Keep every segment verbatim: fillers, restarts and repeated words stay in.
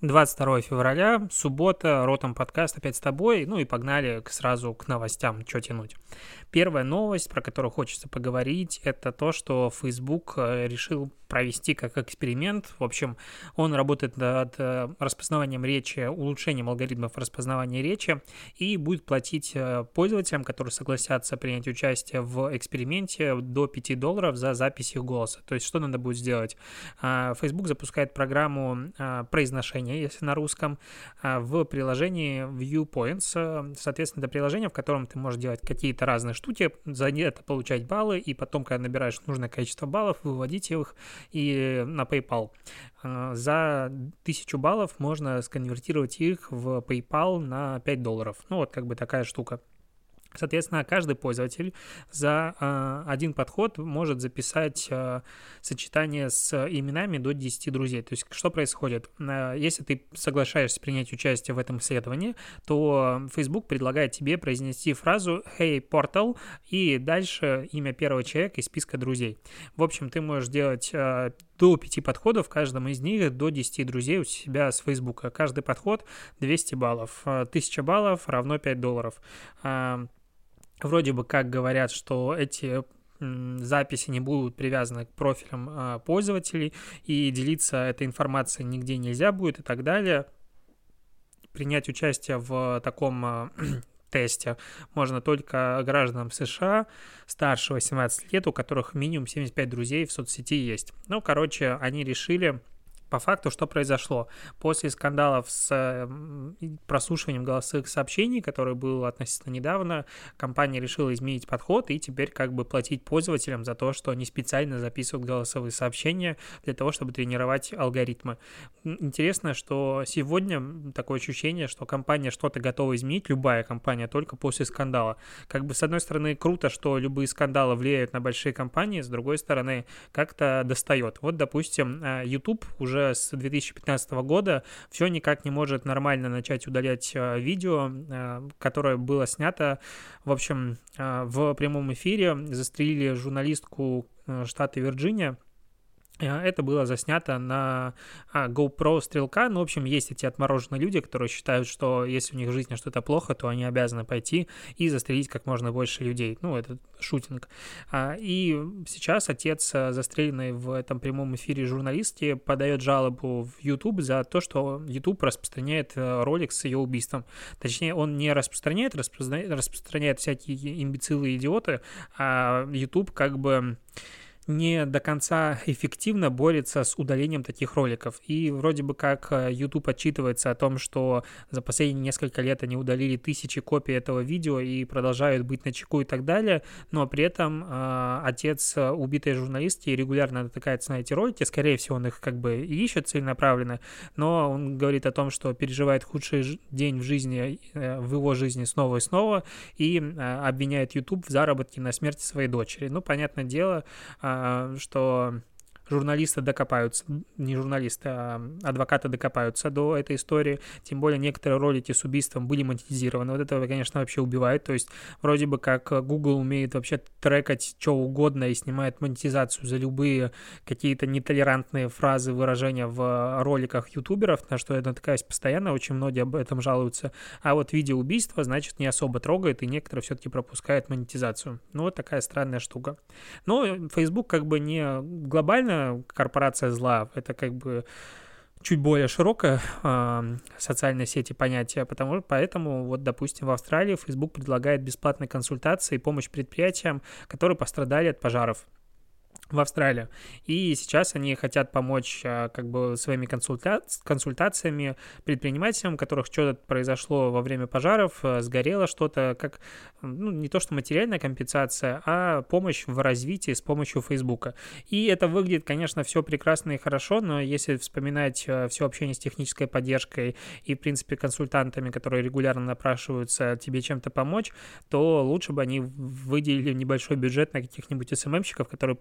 двадцать второго февраля, суббота, Ротом подкаст опять с тобой, ну и погнали к- сразу к новостям, что тянуть. Первая новость, про которую хочется поговорить, это то, что Facebook э, решил провести как эксперимент. В общем, он работает над э, распознаванием речи, улучшением алгоритмов распознавания речи и будет платить э, пользователям, которые согласятся принять участие в эксперименте, до пяти долларов за запись их голоса. То есть, что надо будет сделать? А, Facebook запускает программу а, произношения, если на русском, а, в приложении Viewpoints. А, Соответственно, это приложение, в котором ты можешь делать какие-то разные штуки, за это получать баллы, и потом, когда набираешь нужное количество баллов, выводить их и на PayPal. А, За тысячу баллов можно сконвертировать их в PayPal на пять долларов. Ну, вот как бы такая штука. Соответственно, каждый пользователь за э, один подход может записать э, сочетание с именами до десяти друзей. То есть, что происходит? Э, если ты соглашаешься принять участие в этом исследовании, то Facebook предлагает тебе произнести фразу «Hey, Portal» и дальше имя первого человека из списка друзей. В общем, ты можешь делать э, до пяти подходов, в каждом из них до десяти друзей у себя с Facebook. Каждый подход двести баллов. тысяча баллов равно пять долларов. Вроде бы как говорят, что эти записи не будут привязаны к профилям а, пользователей, и делиться этой информацией нигде нельзя будет и так далее. Принять участие в таком а, тесте можно только гражданам США старше восемнадцати лет, у которых минимум семьдесят пять друзей в соцсети есть. Ну, короче, они решили... По факту, что произошло? После скандалов с прослушиванием голосовых сообщений, который был относительно недавно, компания решила изменить подход и теперь как бы платить пользователям за то, что они специально записывают голосовые сообщения для того, чтобы тренировать алгоритмы. Интересно, что сегодня такое ощущение, что компания что-то готова изменить, любая компания, только после скандала. Как бы с одной стороны круто, что любые скандалы влияют на большие компании, с другой стороны как-то достает. Вот, допустим, YouTube уже с две тысячи пятнадцатого года все никак не может нормально начать удалять э, видео, э, которое было снято, в общем, э, в прямом эфире. Застрелили журналистку э, штата Вирджиния. Это было заснято на GoPro стрелка. Ну, в общем, есть эти отмороженные люди, которые считают, что если у них в жизни что-то плохо, то они обязаны пойти и застрелить как можно больше людей. Ну, это шутинг. И сейчас отец, застреленный в этом прямом эфире журналистки, подает жалобу в YouTube за то, что YouTube распространяет ролик с ее убийством. Точнее, он не распространяет, распространяет, распространяет всякие имбецилы и идиоты, а YouTube как бы... не до конца эффективно борется с удалением таких роликов. И вроде бы как YouTube отчитывается о том, что за последние несколько лет они удалили тысячи копий этого видео и продолжают быть начеку и так далее, но при этом э, отец убитой журналистки регулярно натыкается на эти ролики, скорее всего, он их как бы ищет целенаправленно, но он говорит о том, что переживает худший день в жизни, э, в его жизни снова и снова, и э, обвиняет YouTube в заработке на смерти своей дочери. Ну, понятное дело, что журналисты докопаются, не журналисты, а адвокаты докопаются до этой истории, тем более некоторые ролики с убийством были монетизированы, вот это, конечно, вообще убивает, то есть вроде бы как Google умеет вообще трекать что угодно и снимает монетизацию за любые какие-то нетолерантные фразы, выражения в роликах ютуберов, на что я натыкаюсь постоянно, очень многие об этом жалуются, а вот видео убийства, значит, не особо трогает, и некоторые все-таки пропускают монетизацию. Ну, вот такая странная штука. Но Facebook как бы не глобально корпорация зла, это как бы чуть более широкое э, социальной сети понятие, потому, поэтому, вот, допустим, в Австралии Facebook предлагает бесплатные консультации и помощь предприятиям, которые пострадали от пожаров в Австралии. И сейчас они хотят помочь как бы своими консульта... консультациями предпринимателям, у которых что-то произошло во время пожаров, сгорело что-то, как, ну, не то что материальная компенсация, а помощь в развитии с помощью Фейсбука. И это выглядит, конечно, все прекрасно и хорошо, но если вспоминать все общение с технической поддержкой и, в принципе, консультантами, которые регулярно напрашиваются тебе чем-то помочь, то лучше бы они выделили небольшой бюджет на каких-нибудь эс эм эм-щиков, которые приехали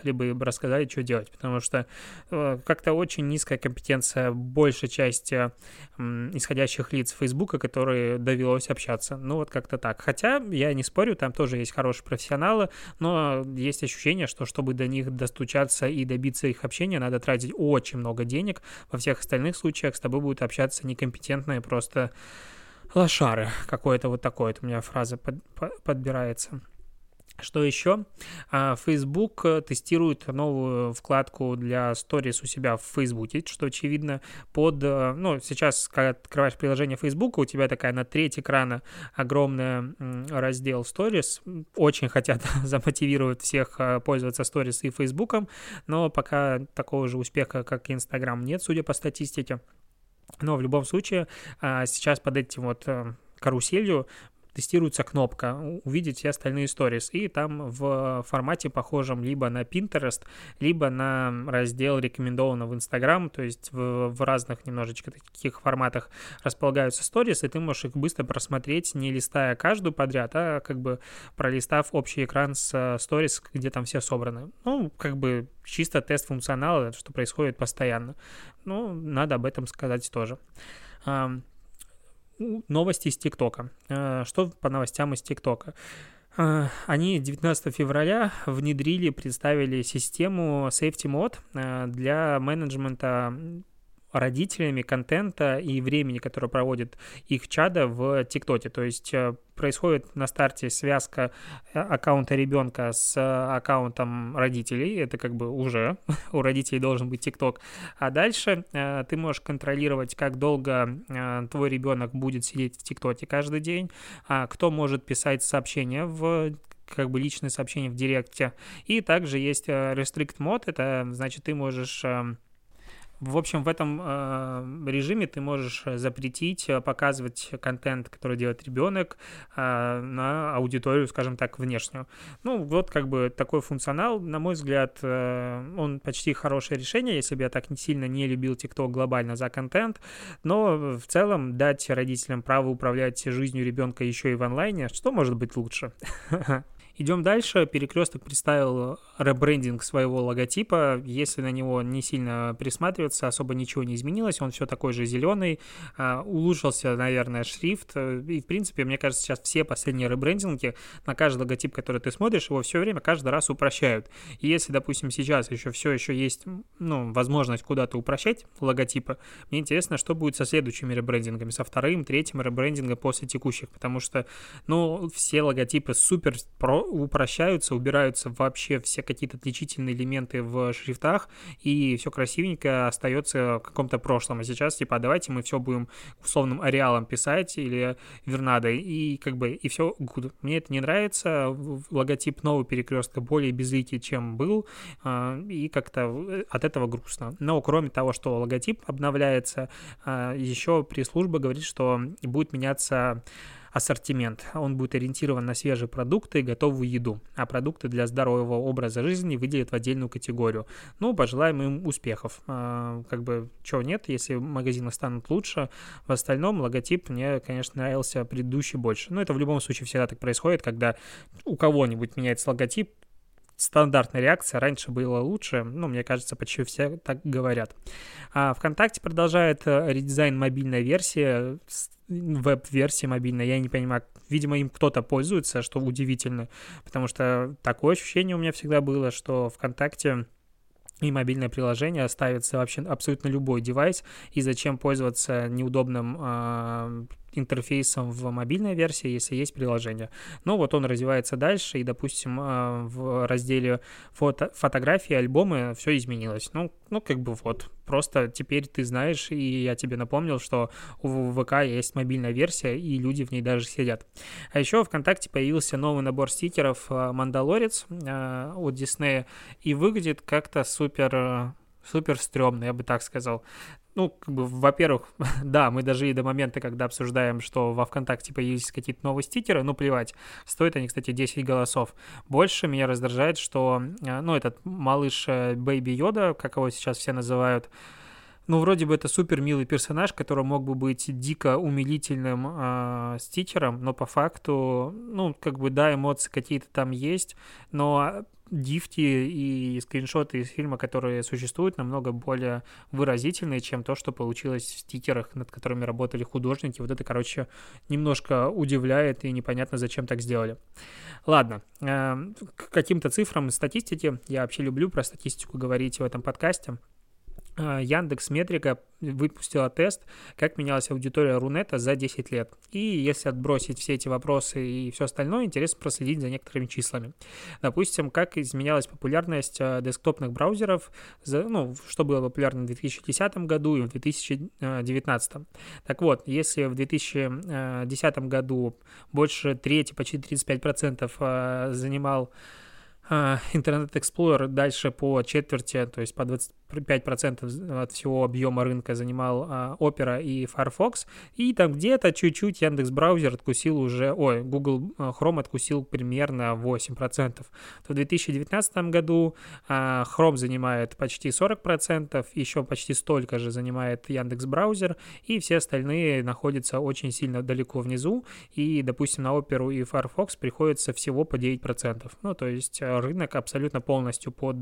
либо им рассказали, что делать, потому что э, как-то очень низкая компетенция большей части э, исходящих лиц Фейсбука, которые довелось общаться. Ну, вот как-то так. Хотя, я не спорю, там тоже есть хорошие профессионалы, но есть ощущение, что чтобы до них достучаться и добиться их общения, надо тратить очень много денег. Во всех остальных случаях с тобой будут общаться некомпетентные просто лошары. Какое-то вот такое вот у меня фраза под, под, подбирается. Что еще? Facebook тестирует новую вкладку для Stories у себя в Фейсбуке, что очевидно под... Ну, сейчас, когда открываешь приложение Facebook, у тебя такая на треть экрана огромный раздел Stories. Очень хотят замотивировать всех пользоваться Stories и Фейсбуком, но пока такого же успеха, как и Instagram, нет, судя по статистике. Но в любом случае, сейчас под этим вот каруселью тестируется кнопка «Увидеть все остальные сторис», и там в формате похожем либо на Pinterest, либо на раздел «Рекомендовано в Instagram», то есть в, в разных немножечко таких форматах располагаются сторис, и ты можешь их быстро просмотреть, не листая каждую подряд, а как бы пролистав общий экран с сторис, где там все собраны. Ну, как бы чисто тест функционала, что происходит постоянно. Ну, надо об этом сказать тоже. Новости из ТикТока. Что по новостям из ТикТока? Они девятнадцатого февраля внедрили, представили систему Safety Mode для менеджмента родителями контента и времени, которое проводит их чадо в ТикТоке. То есть происходит на старте связка аккаунта ребенка с аккаунтом родителей. Это как бы уже у родителей должен быть ТикТок. А дальше ты можешь контролировать, как долго твой ребенок будет сидеть в ТикТоке каждый день, кто может писать сообщения в как бы личные сообщения в директе. И также есть Restrict Mode. Это значит, ты можешь... В общем, в этом э, режиме ты можешь запретить показывать контент, который делает ребенок, э, на аудиторию, скажем так, внешнюю. Ну, вот как бы такой функционал, на мой взгляд, э, он почти хорошее решение, если бы я так не сильно не любил TikTok глобально за контент, но в целом дать родителям право управлять жизнью ребенка еще и в онлайне, что может быть лучше? Идем дальше. Перекресток представил ребрендинг своего логотипа. Если на него не сильно присматриваться, особо ничего не изменилось. Он все такой же зеленый. Улучшился, наверное, шрифт. И, в принципе, мне кажется, сейчас все последние ребрендинги на каждый логотип, который ты смотришь, его все время, каждый раз упрощают. И если, допустим, сейчас еще все еще есть, ну, возможность куда-то упрощать логотипы, мне интересно, что будет со следующими ребрендингами, со вторым, третьим ребрендингом после текущих, потому что, ну, все логотипы супер про упрощаются, убираются вообще все какие-то отличительные элементы в шрифтах, и все красивенько остается в каком-то прошлом. А сейчас, типа, давайте мы все будем условным ареалом писать или вернадой, и как бы, и все good. Мне это не нравится. Логотип нового перекрестка более безликий, чем был, и как-то от этого грустно. Но кроме того, что логотип обновляется, еще пресс-служба говорит, что будет меняться ассортимент. Он будет ориентирован на свежие продукты и готовую еду, а продукты для здорового образа жизни выделят в отдельную категорию. Ну, пожелаем им успехов. А, как бы, чего нет, если магазины станут лучше. В остальном логотип мне, конечно, нравился предыдущий больше. Но это в любом случае всегда так происходит, когда у кого-нибудь меняется логотип, стандартная реакция, раньше было лучше, ну, мне кажется, почти все так говорят. А ВКонтакте продолжает редизайн мобильной версии, веб-версии мобильной, я не понимаю, видимо, им кто-то пользуется, что удивительно, потому что такое ощущение у меня всегда было, что ВКонтакте и мобильное приложение ставится вообще абсолютно любой девайс, и зачем пользоваться неудобным э, интерфейсом в мобильной версии, если есть приложение. Но вот он развивается дальше, и, допустим, э, в разделе фото, фотографии, альбомы все изменилось. Ну, ну, как бы вот, просто теперь ты знаешь, и я тебе напомнил, что у ВК есть мобильная версия, и люди в ней даже сидят. А еще в ВКонтакте появился новый набор стикеров «Мандалорец» э, от Disney, и выглядит как-то супер, супер стрёмно, я бы так сказал. Ну, как бы, во-первых, да, мы дожили до момента, когда обсуждаем, что во ВКонтакте появились какие-то новые стикеры, ну, плевать. Стоят они, кстати, десять голосов. Больше меня раздражает, что, ну, этот малыш Бэйби Йода, как его сейчас все называют, Ну, вроде бы это супер милый персонаж, который мог бы быть дико умилительным э, стикером, но по факту, ну, как бы, да, эмоции какие-то там есть, но гифки и скриншоты из фильма, которые существуют, намного более выразительные, чем то, что получилось в стикерах, над которыми работали художники. Вот это, короче, немножко удивляет, и непонятно, зачем так сделали. Ладно, э, к каким-то цифрам статистики. Я вообще люблю про статистику говорить в этом подкасте. Яндекс.Метрика выпустила тест, как менялась аудитория Рунета за десять лет. И если отбросить все эти вопросы и все остальное, интересно проследить за некоторыми числами. Допустим, как изменялась популярность десктопных браузеров, ну, что было популярно в две тысячи десятом году и в две тысячи девятнадцатом. Так вот, если в две тысячи десятом году больше трети, почти тридцать пять процентов занимал Internet Explorer, дальше по четверти, то есть по двадцать пять процентов от всего объема рынка занимал а, Opera и Firefox, и там где-то чуть-чуть Яндекс.Браузер откусил уже, ой, Google Chrome откусил примерно восемь процентов. То в две тысячи девятнадцатом году а, Chrome занимает почти сорок процентов, еще почти столько же занимает Яндекс.Браузер, и все остальные находятся очень сильно далеко внизу, и, допустим, на Opera и Firefox приходится всего по девять процентов. Ну, то есть рынок абсолютно полностью под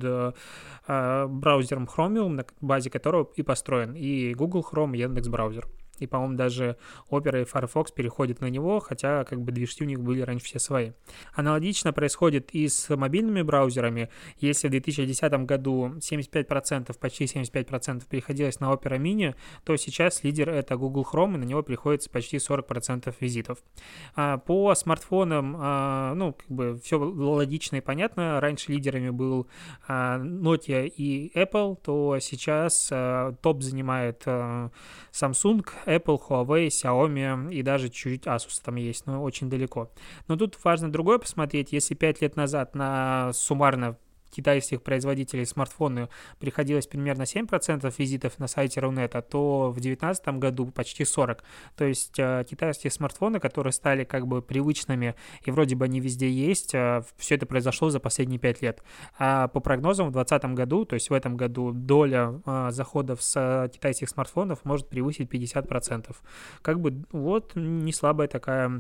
а, браузером Chromium, на базе которого и построен и Google Chrome, и Яндекс.Браузер. И, по-моему, даже Opera и Firefox переходят на него, хотя как бы движки у них были раньше все свои. Аналогично происходит и с мобильными браузерами. Если в две тысячи десятом году семьдесят пять процентов, почти семьдесят пять процентов переходилось на Opera Mini, то сейчас лидер это Google Chrome, и на него приходится почти сорок процентов визитов. По смартфонам, ну, как бы все логично и понятно. Раньше лидерами был Nokia и Apple, то сейчас топ занимает Samsung, Apple, Huawei, Xiaomi и даже чуть-чуть Asus там есть, но очень далеко. Но тут важно другое посмотреть. Если пять лет назад на суммарно китайских производителей смартфоны приходилось примерно семь процентов визитов на сайте Рунета, то в две тысячи девятнадцатом году почти сорок процентов. То есть э, китайские смартфоны, которые стали как бы привычными и вроде бы они везде есть, э, все это произошло за последние пять лет. А по прогнозам в две тысячи двадцатом году, то есть в этом году, доля э, заходов с э, китайских смартфонов может превысить пятьдесят процентов. Как бы вот не слабая такая...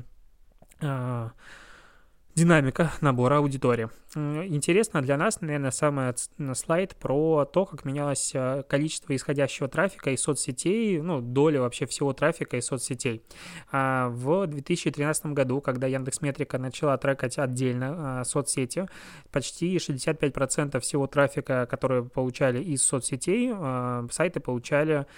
Э, динамика набора аудитории. Интересно для нас, наверное, самый слайд про то, как менялось количество исходящего трафика из соцсетей, ну, доля вообще всего трафика из соцсетей. В две тысячи тринадцатом году, когда Яндекс.Метрика начала трекать отдельно соцсети, почти шестьдесят пять процентов всего трафика, который получали из соцсетей, сайты получали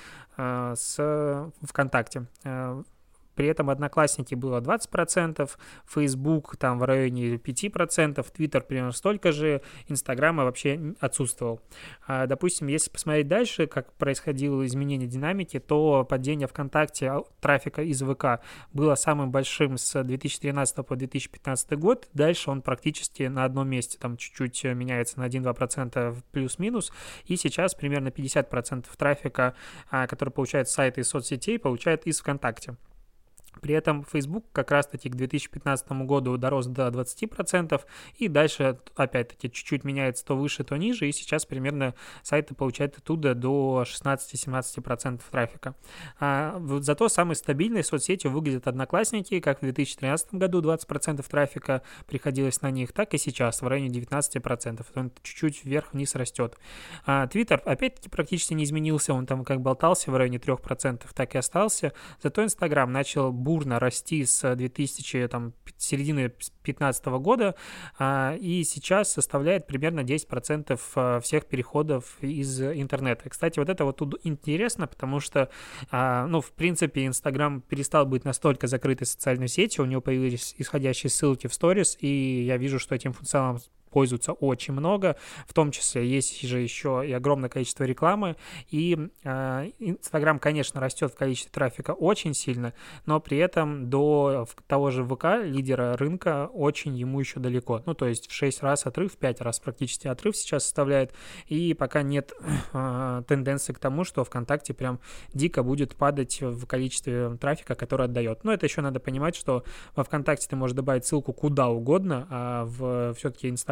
с ВКонтакте. При этом Одноклассники было двадцать процентов, Facebook там в районе пять процентов, Twitter примерно столько же, Инстаграм вообще отсутствовал. А, допустим, если посмотреть дальше, как происходило изменение динамики, то падение ВКонтакте трафика из ВК было самым большим с две тысячи тринадцатого по две тысячи пятнадцатый год. Дальше он практически на одном месте, там чуть-чуть меняется на один-два процента плюс-минус. И сейчас примерно пятьдесят процентов трафика, а, который получает сайты из соцсетей, получает из ВКонтакте. При этом Facebook как раз-таки к две тысячи пятнадцатому году дорос до двадцати процентов, и дальше, опять-таки, чуть-чуть меняется то выше, то ниже, и сейчас примерно сайты получают оттуда до шестнадцати-семнадцати процентов трафика. А, зато самой стабильной соцсетью выглядят Одноклассники, как в две тысячи тринадцатом году двадцать процентов трафика приходилось на них, так и сейчас в районе девятнадцати процентов. Он чуть-чуть вверх-вниз растет. А, Twitter, опять-таки, практически не изменился, он там как болтался в районе трёх процентов, так и остался. Зато Instagram начал бурно расти с две тысячи, там, середины две тысячи пятнадцатого года, а, и сейчас составляет примерно десять процентов всех переходов из интернета. Кстати, вот это вот тут интересно, потому что, а, ну, в принципе, Инстаграм перестал быть настолько закрытой социальной сетью, у него появились исходящие ссылки в сторис, и я вижу, что этим функционалом пользуются очень много, в том числе есть же еще и огромное количество рекламы, и Инстаграм, э, конечно, растет в количестве трафика очень сильно, но при этом до того же ВК, лидера рынка, очень ему еще далеко, ну, то есть в шесть раз отрыв, в пять раз практически отрыв сейчас составляет, и пока нет э, тенденции к тому, что ВКонтакте прям дико будет падать в количестве трафика, который отдает. Но это еще надо понимать, что во ВКонтакте ты можешь добавить ссылку куда угодно, а в все-таки Инстаграм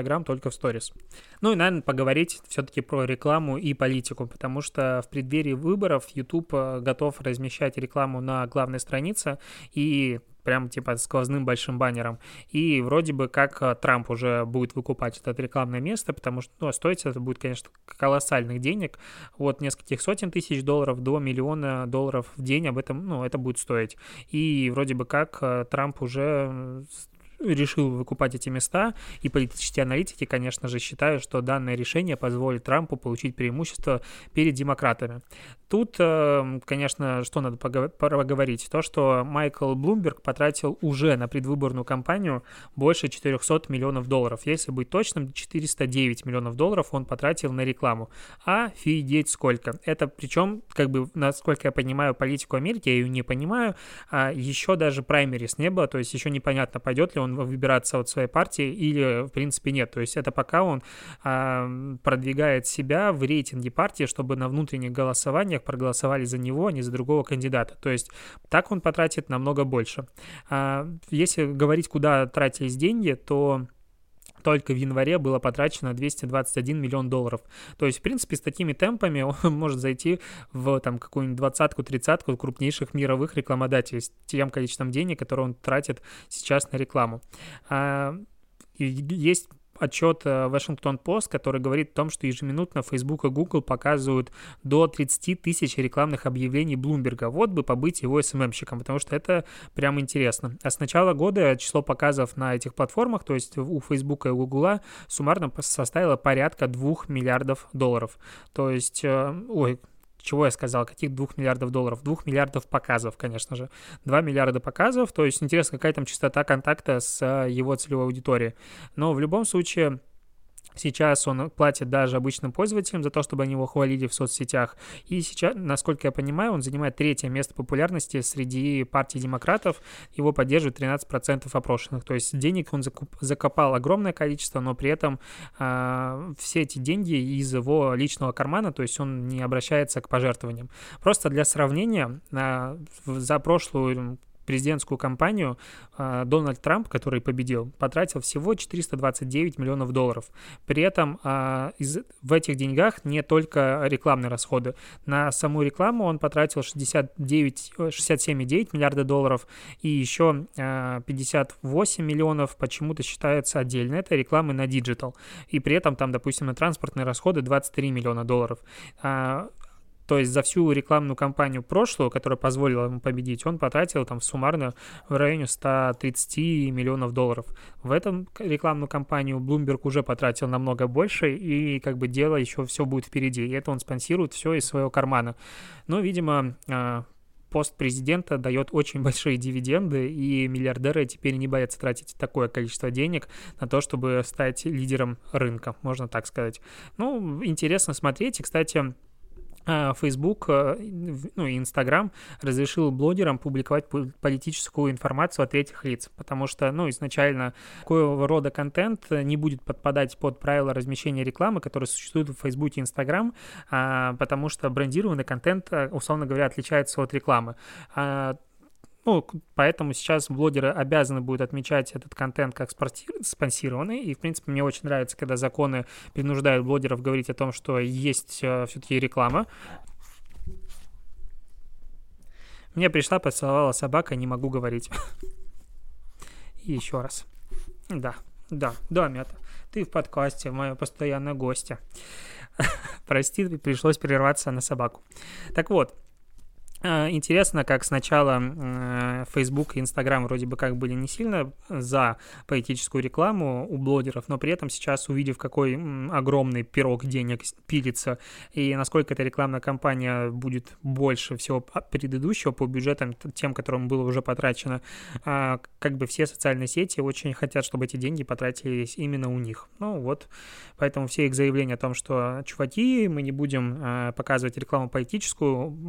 Инстаграм только в сторис. Ну и, наверное, поговорить все-таки про рекламу и политику, потому что в преддверии выборов YouTube готов размещать рекламу на главной странице и прям типа сквозным большим баннером. И вроде бы как Трамп уже будет выкупать это рекламное место, потому что ну, стоить это будет, конечно, колоссальных денег. От нескольких сотен тысяч долларов до миллиона долларов в день об этом, ну, это будет стоить. И вроде бы как Трамп уже решил выкупать эти места, и политические аналитики, конечно же, считают, что данное решение позволит Трампу получить преимущество перед демократами. Тут, конечно, что надо поговорить? То, что Майкл Блумберг потратил уже на предвыборную кампанию больше четыреста миллионов долларов. Если быть точным, четыреста девять миллионов долларов он потратил на рекламу. Офигеть сколько. Это причем, как бы, насколько я понимаю политику Америки, я ее не понимаю, а еще даже праймерис не было, то есть еще непонятно, пойдет ли он выбираться от своей партии или, в принципе, нет. То есть это пока он а, продвигает себя в рейтинге партии, чтобы на внутренних голосованиях проголосовали за него, а не за другого кандидата. То есть так он потратит намного больше. А, если говорить, куда тратились деньги, то только в январе было потрачено двести двадцать один миллион долларов. То есть, в принципе, с такими темпами он может зайти в там какую-нибудь двадцатку-тридцатку крупнейших мировых рекламодателей с тем количеством денег, которые он тратит сейчас на рекламу. Есть отчет Washington Post, который говорит о том, что ежеминутно Facebook и Google показывают до тридцать тысяч рекламных объявлений Блумберга. Вот бы побыть его эс эм эм-щиком, потому что это прям интересно. А с начала года число показов на этих платформах, то есть у Facebook и у Google, суммарно составило порядка двух миллиардов долларов. То есть, ой, чего я сказал, каких двух миллиардов долларов? Двух миллиардов показов, конечно же. Два миллиарда показов, то есть интересно, какая там частота контакта с его целевой аудиторией. Но в любом случае сейчас он платит даже обычным пользователям за то, чтобы они его хвалили в соцсетях. И сейчас, насколько я понимаю, он занимает третье место популярности среди партий демократов. Его поддерживает тринадцать процентов опрошенных. То есть денег он закуп, закопал огромное количество, но при этом э, все эти деньги из его личного кармана, то есть он не обращается к пожертвованиям. Просто для сравнения, э, за прошлую президентскую кампанию э, Дональд Трамп, который победил, потратил всего четыреста двадцать девять миллионов долларов. При этом э, из, в этих деньгах не только рекламные расходы. На саму рекламу он потратил шестьдесят девять, шестьдесят семь целых девять десятых миллиарда долларов, и еще э, пятьдесят восемь миллионов почему-то считается отдельно. Это рекламы на диджитал. И при этом там, допустим, на транспортные расходы двадцать три миллиона долларов. Э, То есть за всю рекламную кампанию прошлую, которая позволила ему победить, он потратил там суммарно в районе ста тридцати миллионов долларов. В этом рекламную кампанию Bloomberg уже потратил намного больше, и как бы дело еще все будет впереди. И это он спонсирует все из своего кармана. Но, видимо, пост президента дает очень большие дивиденды, и миллиардеры теперь не боятся тратить такое количество денег на то, чтобы стать лидером рынка, можно так сказать. Ну, интересно смотреть. И, кстати, Facebook, ну и Instagram разрешил блогерам публиковать политическую информацию от третьих лиц, потому что, ну, изначально такого рода контент не будет подпадать под правила размещения рекламы, которые существуют в Facebook и Instagram, потому что брендированный контент, условно говоря, отличается от рекламы. Ну, поэтому сейчас блогеры обязаны будут отмечать этот контент как спонсированный, и, в принципе, мне очень нравится, когда законы принуждают блогеров говорить о том, что есть э, все-таки реклама. Мне пришла, поцеловала собака, не могу говорить. И еще раз. Да, да, да, Мята, ты в подкасте, моя постоянная гостья. Прости, пришлось прерваться на собаку. Так вот. Интересно, как сначала Facebook и Instagram вроде бы как были не сильно за политическую рекламу у блогеров, но при этом сейчас, увидев, какой огромный пирог денег пилится и насколько эта рекламная кампания будет больше всего предыдущего по бюджетам, тем, которым было уже потрачено, как бы все социальные сети очень хотят, чтобы эти деньги потратились именно у них. Ну вот, поэтому все их заявления о том, что, чуваки, мы не будем показывать рекламу политическую,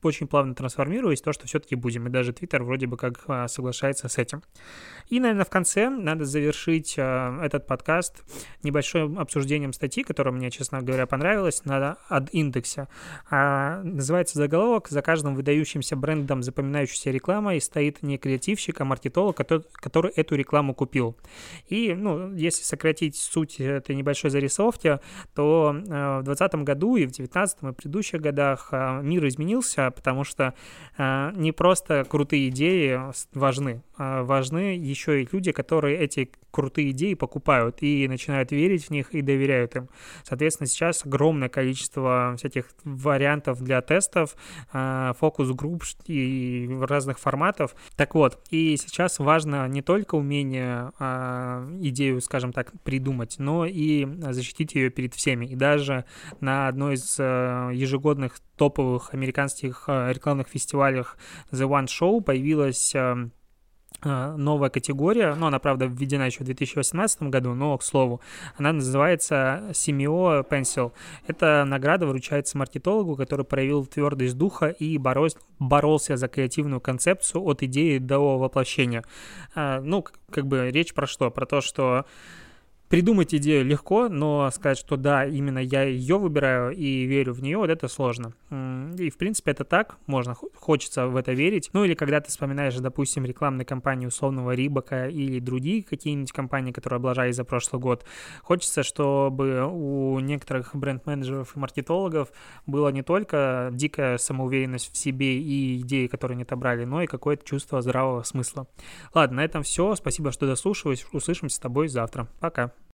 очень плавно трансформируясь, то, что все-таки будем. И даже Twitter вроде бы как соглашается с этим. И, наверное, в конце надо завершить этот подкаст небольшим обсуждением статьи, которая мне, честно говоря, понравилась, на Ad-индексе. Называется заголовок: «За каждым выдающимся брендом запоминающейся рекламой стоит не креативщик, а маркетолог, который, который эту рекламу купил». И, ну, если сократить суть этой небольшой зарисовки, то в двадцатом году и в девятнадцатом и в предыдущих годах мир изменился, потому что не просто крутые идеи важны, а важны еще и люди, которые эти крутые идеи покупают и начинают верить в них и доверяют им. Соответственно, сейчас огромное количество всяких вариантов для тестов, фокус-групп и разных форматов. Так вот, и сейчас важно не только умение идею, скажем так, придумать, но и защитить ее перед всеми. И даже на одной из ежегодных топовых американских рекламных фестивалях The One Show появилась новая категория, ну, она, правда, введена еще в две тысячи восемнадцатом году, но, к слову, она называется Simeo Pencil. Эта награда вручается маркетологу, который проявил твердость духа и боролся, боролся за креативную концепцию от идеи до воплощения. Ну, как бы речь про что? Про то, что придумать идею легко, но сказать, что да, именно я ее выбираю и верю в нее, вот это сложно. И, в принципе, это так, можно, хочется в это верить. Ну, или когда ты вспоминаешь, допустим, рекламные кампании условного Рибака или другие какие-нибудь компании, которые облажались за прошлый год, хочется, чтобы у некоторых бренд-менеджеров и маркетологов была не только дикая самоуверенность в себе и идеи, которые они отобрали, но и какое-то чувство здравого смысла. Ладно, на этом все. Спасибо, что дослушивались. Услышимся с тобой завтра. Пока.